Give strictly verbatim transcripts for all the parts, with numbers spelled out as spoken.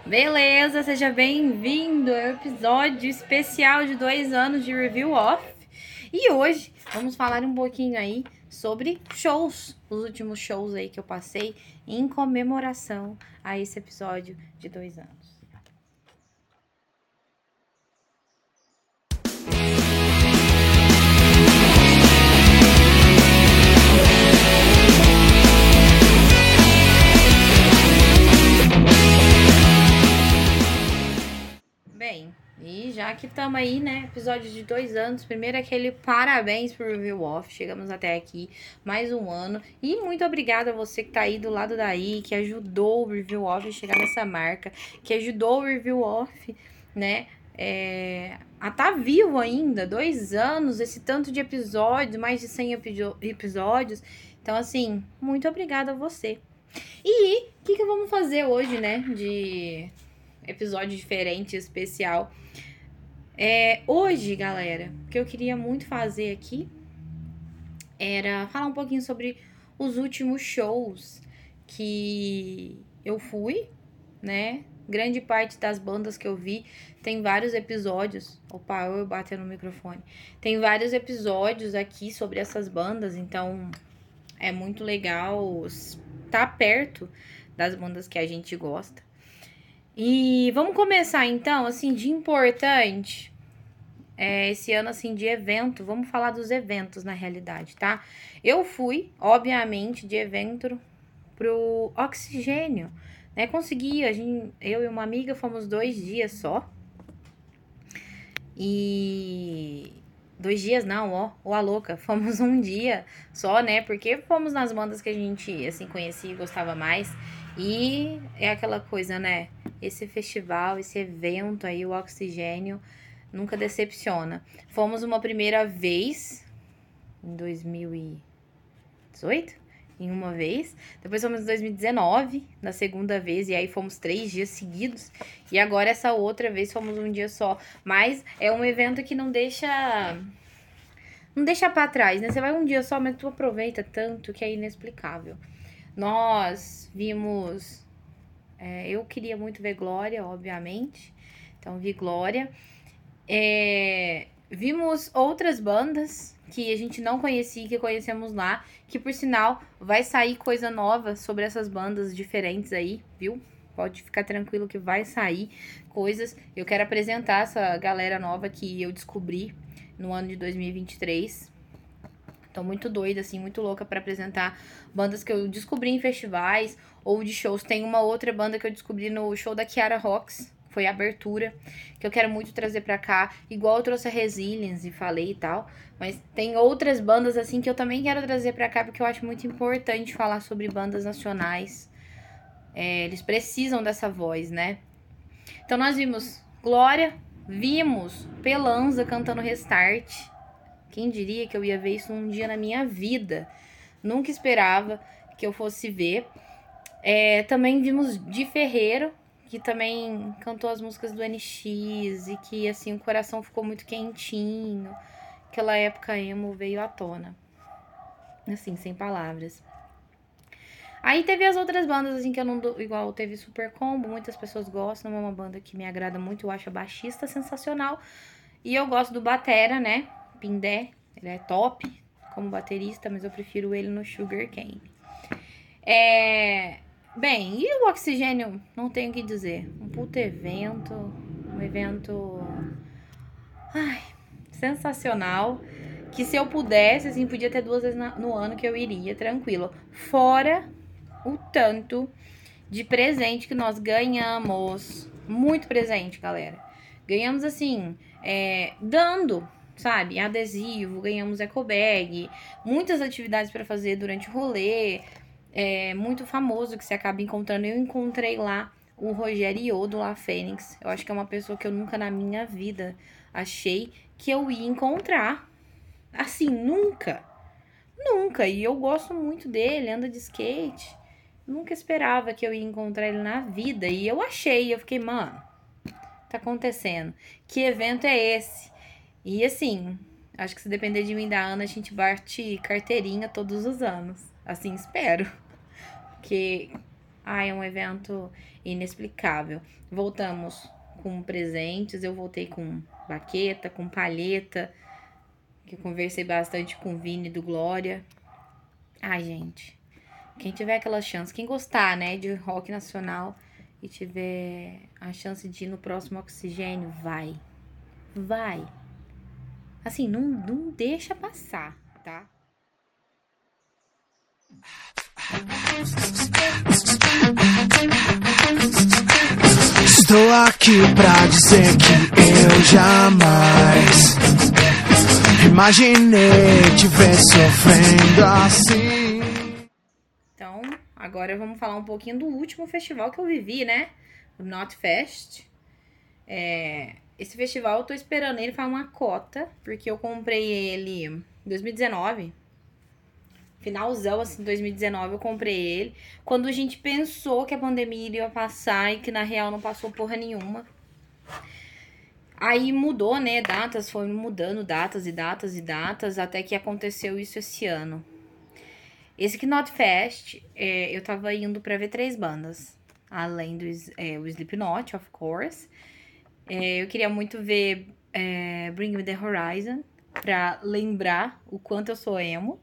Beleza, seja bem-vindo ao episódio especial de dois anos de Review Off. E hoje vamos falar um pouquinho aí sobre shows, os últimos shows aí que eu passei em comemoração a esse episódio de dois anos. Bem, e já que estamos aí, né, episódio de dois anos, primeiro aquele parabéns pro Review Off, chegamos até aqui, mais um ano, e muito obrigada a você que tá aí do lado daí, que ajudou o Review Off a chegar nessa marca, que ajudou o Review Off, né, é, a tá vivo ainda, dois anos, esse tanto de episódios, mais de cem episódios, então assim, muito obrigada a você. E o que que vamos fazer hoje, né, de episódio diferente, especial. É, hoje, galera, o que eu queria muito fazer aqui era falar um pouquinho sobre os últimos shows que eu fui, né? Grande parte das bandas que eu vi tem vários episódios. Opa, eu bater no microfone. Tem vários episódios aqui sobre essas bandas, então é muito legal estar perto das bandas que a gente gosta. E vamos começar então, assim, de importante, é, esse ano, assim, de evento, vamos falar dos eventos na realidade, tá? Eu fui, obviamente, de evento pro Oxigênio, né? Consegui, a gente, eu e uma amiga fomos dois dias só. E... Dois dias não, ó, ó a louca, fomos um dia só, né? Porque fomos nas bandas que a gente, assim, conhecia e gostava mais. E é aquela coisa, né? Esse festival, esse evento aí, o Oxigênio, nunca decepciona. Fomos uma primeira vez, em dois mil e dezoito, em uma vez. Depois fomos em dois mil e dezenove, na segunda vez, e aí fomos três dias seguidos. E agora essa outra vez fomos um dia só. Mas é um evento que não deixa... Não deixa pra trás, né? Você vai um dia só, mas tu aproveita tanto que é inexplicável. Nós vimos... É, eu queria muito ver Glória, obviamente. Então, vi Glória. É, vimos outras bandas que a gente não conhecia, que conhecemos lá. Que, por sinal, vai sair coisa nova sobre essas bandas diferentes aí, viu? Pode ficar tranquilo que vai sair coisas. Eu quero apresentar essa galera nova que eu descobri no ano de dois mil e vinte e três. Tô muito doida, assim, muito louca pra apresentar bandas que eu descobri em festivais ou de shows. Tem uma outra banda que eu descobri no show da Kiara Rocks, foi a abertura, que eu quero muito trazer pra cá. Igual eu trouxe a Resilience e falei e tal. Mas tem outras bandas, assim, que eu também quero trazer pra cá, porque eu acho muito importante falar sobre bandas nacionais. É, eles precisam dessa voz, né? Então nós vimos Glória, vimos Pelanza cantando Restart. Quem diria que eu ia ver isso um dia na minha vida? Nunca esperava que eu fosse ver. É, também vimos Di Ferreiro, que também cantou as músicas do N X e que, assim, o coração ficou muito quentinho. Aquela época emo veio à tona. Assim, sem palavras. Aí teve as outras bandas, assim, que eu não dou... Igual teve Super Combo, muitas pessoas gostam. É uma banda que me agrada muito, eu acho a baixista sensacional. E eu gosto do batera, né? Pindé, ele é top como baterista, mas eu prefiro ele no Sugar Cane. É... Bem, e o Oxigênio, não tenho o que dizer. Um puto evento, um evento... Ai, sensacional. Que se eu pudesse, assim, podia ter duas vezes no ano que eu iria, tranquilo. Fora o tanto de presente que nós ganhamos. Muito presente, galera. Ganhamos, assim, é, dando, sabe? Adesivo, ganhamos eco bag, muitas atividades para fazer durante o rolê. É muito famoso que você acaba encontrando. Eu encontrei lá o Rogério Iô do La Fênix. Eu acho que é uma pessoa que eu nunca na minha vida achei que eu ia encontrar. Assim, nunca. Nunca. E eu gosto muito dele, anda de skate. Nunca esperava que eu ia encontrar ele na vida. E eu achei, eu fiquei, mano, tá acontecendo? Que evento é esse? E assim, acho que se depender de mim e da Ana, a gente bate carteirinha todos os anos. Assim, espero. Porque Ah, é um evento inexplicável. Voltamos com presentes, eu voltei com baqueta, com palheta, que eu conversei bastante com o Vini do Glória. Ai, gente, quem tiver aquela chance, quem gostar, né, de rock nacional e tiver a chance de ir no próximo Oxigênio, vai. Vai. Assim, não, não deixa passar, tá? Estou aqui pra dizer que eu jamais imaginei te ver sofrendo assim. Então, agora vamos falar um pouquinho do último festival que eu vivi, né? O Notfest. É, esse festival eu tô esperando ele fazer uma cota, porque eu comprei ele em dois mil e dezenove. Finalzão, assim, dois mil e dezenove eu comprei ele. Quando a gente pensou que a pandemia iria passar e que na real não passou porra nenhuma. Aí mudou, né, datas, foi mudando datas e datas e datas, até que aconteceu isso esse ano. Esse Knotfest, é, eu tava indo pra ver três bandas. Além do é, o Slipknot, of course. É, eu queria muito ver é, Bring Me The Horizon, pra lembrar o quanto eu sou emo.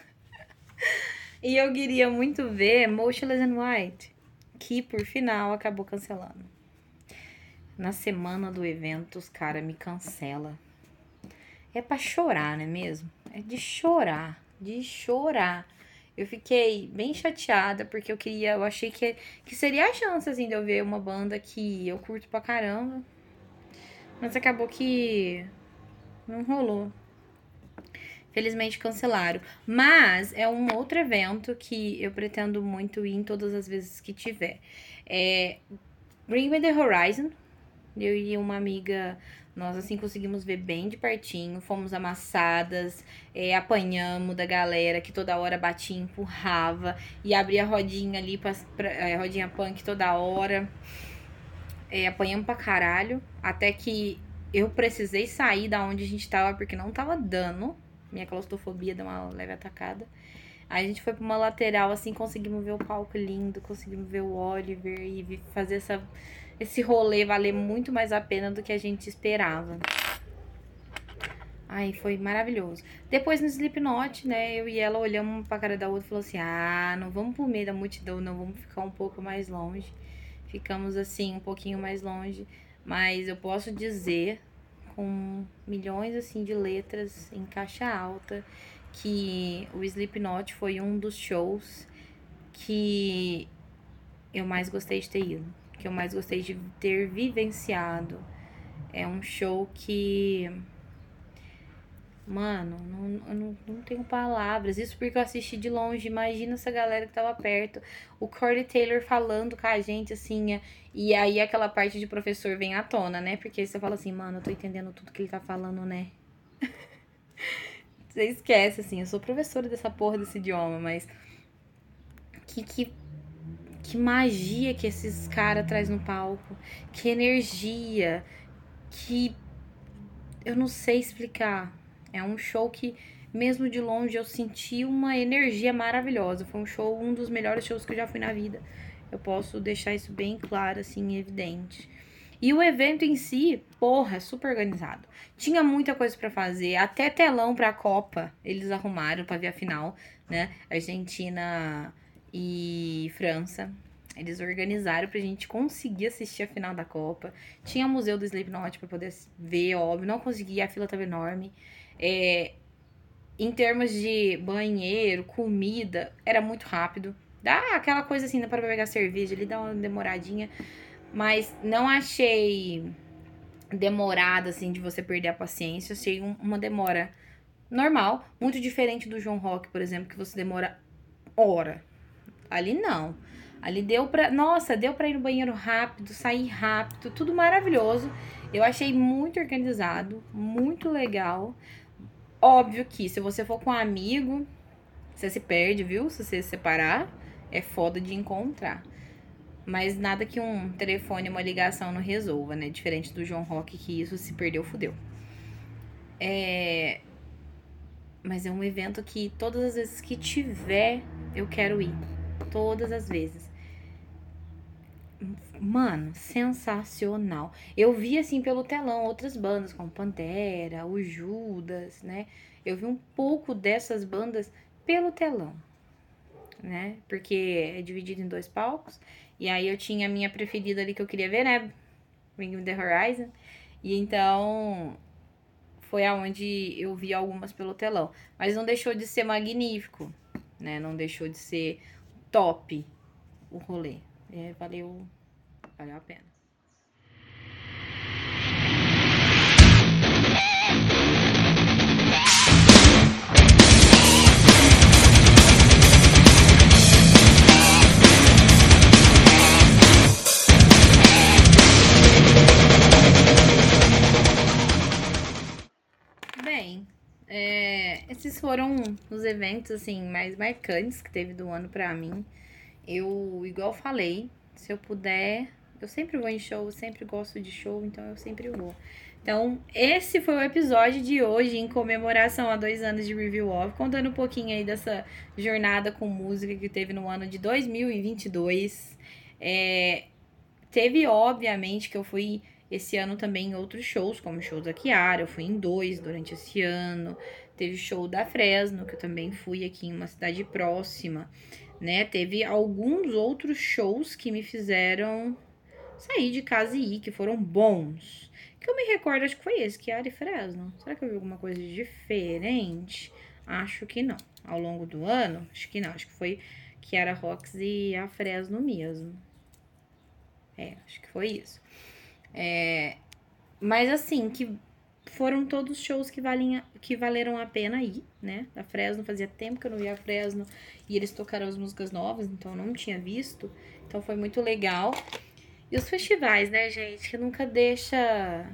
E eu queria muito ver Motionless in White, que por final acabou cancelando. Na semana do evento, os caras me cancelam. É pra chorar, não é mesmo? É de chorar, de chorar. Eu fiquei bem chateada, porque eu queria, eu achei que, que seria a chance, assim, de eu ver uma banda que eu curto pra caramba. Mas acabou que não rolou. Felizmente cancelaram. Mas é um outro evento que eu pretendo muito ir em todas as vezes que tiver. É Bring Me The Horizon. Eu e uma amiga, nós assim conseguimos ver bem de pertinho. Fomos amassadas, é, apanhamos da galera que toda hora batia, empurrava e abria a rodinha ali, pra, pra, é, rodinha punk toda hora. É, apanhamos pra caralho. Até que eu precisei sair da onde a gente tava porque não tava dando. Minha claustrofobia deu uma leve atacada. Aí a gente foi pra uma lateral, assim, conseguimos ver o palco lindo, conseguimos ver o Oliver e fazer essa, esse rolê valer muito mais a pena do que a gente esperava. Ai, foi maravilhoso. Depois no Slipknot, né, eu e ela olhamos uma pra cara da outra e falou assim, ah, não vamos pro meio da multidão, não, vamos ficar um pouco mais longe. Ficamos, assim, um pouquinho mais longe, mas eu posso dizer, com milhões, assim, de letras em caixa alta, que o Slipknot foi um dos shows que eu mais gostei de ter ido, que eu mais gostei de ter vivenciado. É um show que, mano, não, eu não, não tenho palavras. Isso porque eu assisti de longe. Imagina essa galera que tava perto. O Corey Taylor falando com a gente, assim. E aí aquela parte de professor vem à tona, né? Porque você fala assim, mano, eu tô entendendo tudo que ele tá falando, né? Você esquece, assim, eu sou professora dessa porra desse idioma, mas que, que, que magia que esses caras traz no palco, que energia, que eu não sei explicar. É um show que, mesmo de longe, eu senti uma energia maravilhosa. Foi um show, um dos melhores shows que eu já fui na vida. Eu posso deixar isso bem claro, assim, evidente. E o evento em si, porra, super organizado. Tinha muita coisa pra fazer, até telão pra Copa eles arrumaram pra ver a final, né? Argentina e França. Eles organizaram pra gente conseguir assistir a final da Copa. Tinha o Museu do Slipknot pra poder ver, óbvio. Não consegui, a fila tava enorme. É, em termos de banheiro, comida, era muito rápido. Dá aquela coisa assim, dá pra pegar cerveja ali, dá uma demoradinha. Mas não achei demorada, assim, de você perder a paciência. Achei um, uma demora normal. Muito diferente do João Rock, por exemplo, que você demora hora. Ali não. Ali deu pra... Nossa, deu pra ir no banheiro rápido, sair rápido. Tudo maravilhoso. Eu achei muito organizado, muito legal. Óbvio que se você for com um amigo, você se perde, viu? Se você se separar, é foda de encontrar. Mas nada que um telefone, uma ligação não resolva, né? Diferente do João Rock, que isso se perdeu, fudeu. É... Mas é um evento que todas as vezes que tiver, eu quero ir. Todas as vezes. Mano, sensacional. Eu vi, assim, pelo telão outras bandas, como Pantera, o Judas, né? Eu vi um pouco dessas bandas pelo telão, né? Porque é dividido em dois palcos. E aí eu tinha a minha preferida ali que eu queria ver, né? Bring Me The Horizon. E então foi aonde eu vi algumas pelo telão. Mas não deixou de ser magnífico, né? Não deixou de ser top o rolê. É, valeu, valeu a pena. Bem, é, esses foram os eventos assim mais marcantes que teve do ano pra mim. Eu, igual falei, se eu puder, eu sempre vou em show, eu sempre gosto de show, então eu sempre vou. Então, esse foi o episódio de hoje em comemoração a dois anos de Review Off, contando um pouquinho aí dessa jornada com música que teve no ano de dois mil e vinte e dois. É, teve, obviamente, que eu fui esse ano também em outros shows, como o show da Kiara, eu fui em dois durante esse ano. Teve show da Fresno, que eu também fui aqui em uma cidade próxima, né? Teve alguns outros shows que me fizeram sair de casa e ir, que foram bons. Que eu me recordo, acho que foi esse, Kiara e Fresno. Será que eu vi alguma coisa diferente? Acho que não. Ao longo do ano, acho que não. Acho que foi Kiara Rocks e a Fresno mesmo. É, acho que foi isso. É, mas assim, que foram todos shows que, valinha, que valeram a pena ir, né? A Fresno, fazia tempo que eu não via a Fresno e eles tocaram as músicas novas, então eu não tinha visto. Então foi muito legal. E os festivais, né, gente? Que nunca deixa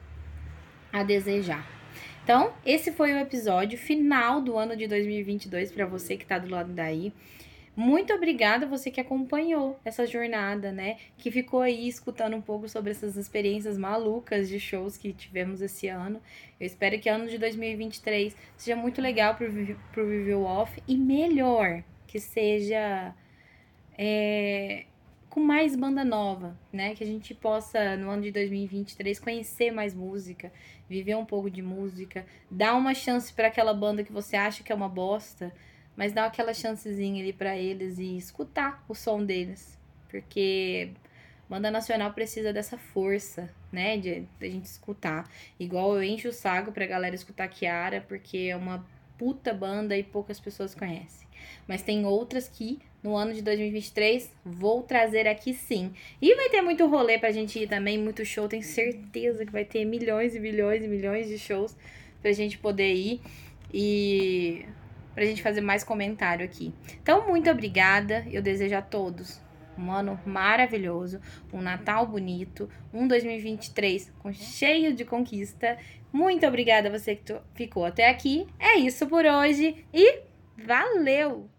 a desejar. Então, esse foi o episódio final do ano de dois mil e vinte e dois para você que tá do lado daí. Muito obrigada a você que acompanhou essa jornada, né? Que ficou aí escutando um pouco sobre essas experiências malucas de shows que tivemos esse ano. Eu espero que o ano de dois mil e vinte e três seja muito legal pro, pro Review Off e melhor, que seja é, com mais banda nova, né? Que a gente possa, no ano de dois mil e vinte e três, conhecer mais música, viver um pouco de música, dar uma chance para aquela banda que você acha que é uma bosta, mas dá aquela chancezinha ali pra eles e escutar o som deles. Porque banda nacional precisa dessa força, né? De, de a gente escutar. Igual eu encho o saco pra galera escutar Kiara, porque é uma puta banda e poucas pessoas conhecem. Mas tem outras que, no ano de dois mil e vinte e três, vou trazer aqui sim. E vai ter muito rolê pra gente ir também, muito show. Tenho certeza que vai ter milhões e milhões e milhões de shows pra gente poder ir. E pra gente fazer mais comentário aqui. Então, muito obrigada. Eu desejo a todos um ano maravilhoso, um Natal bonito, um dois mil e vinte e três com cheio de conquista. Muito obrigada a você que ficou até aqui. É isso por hoje e valeu!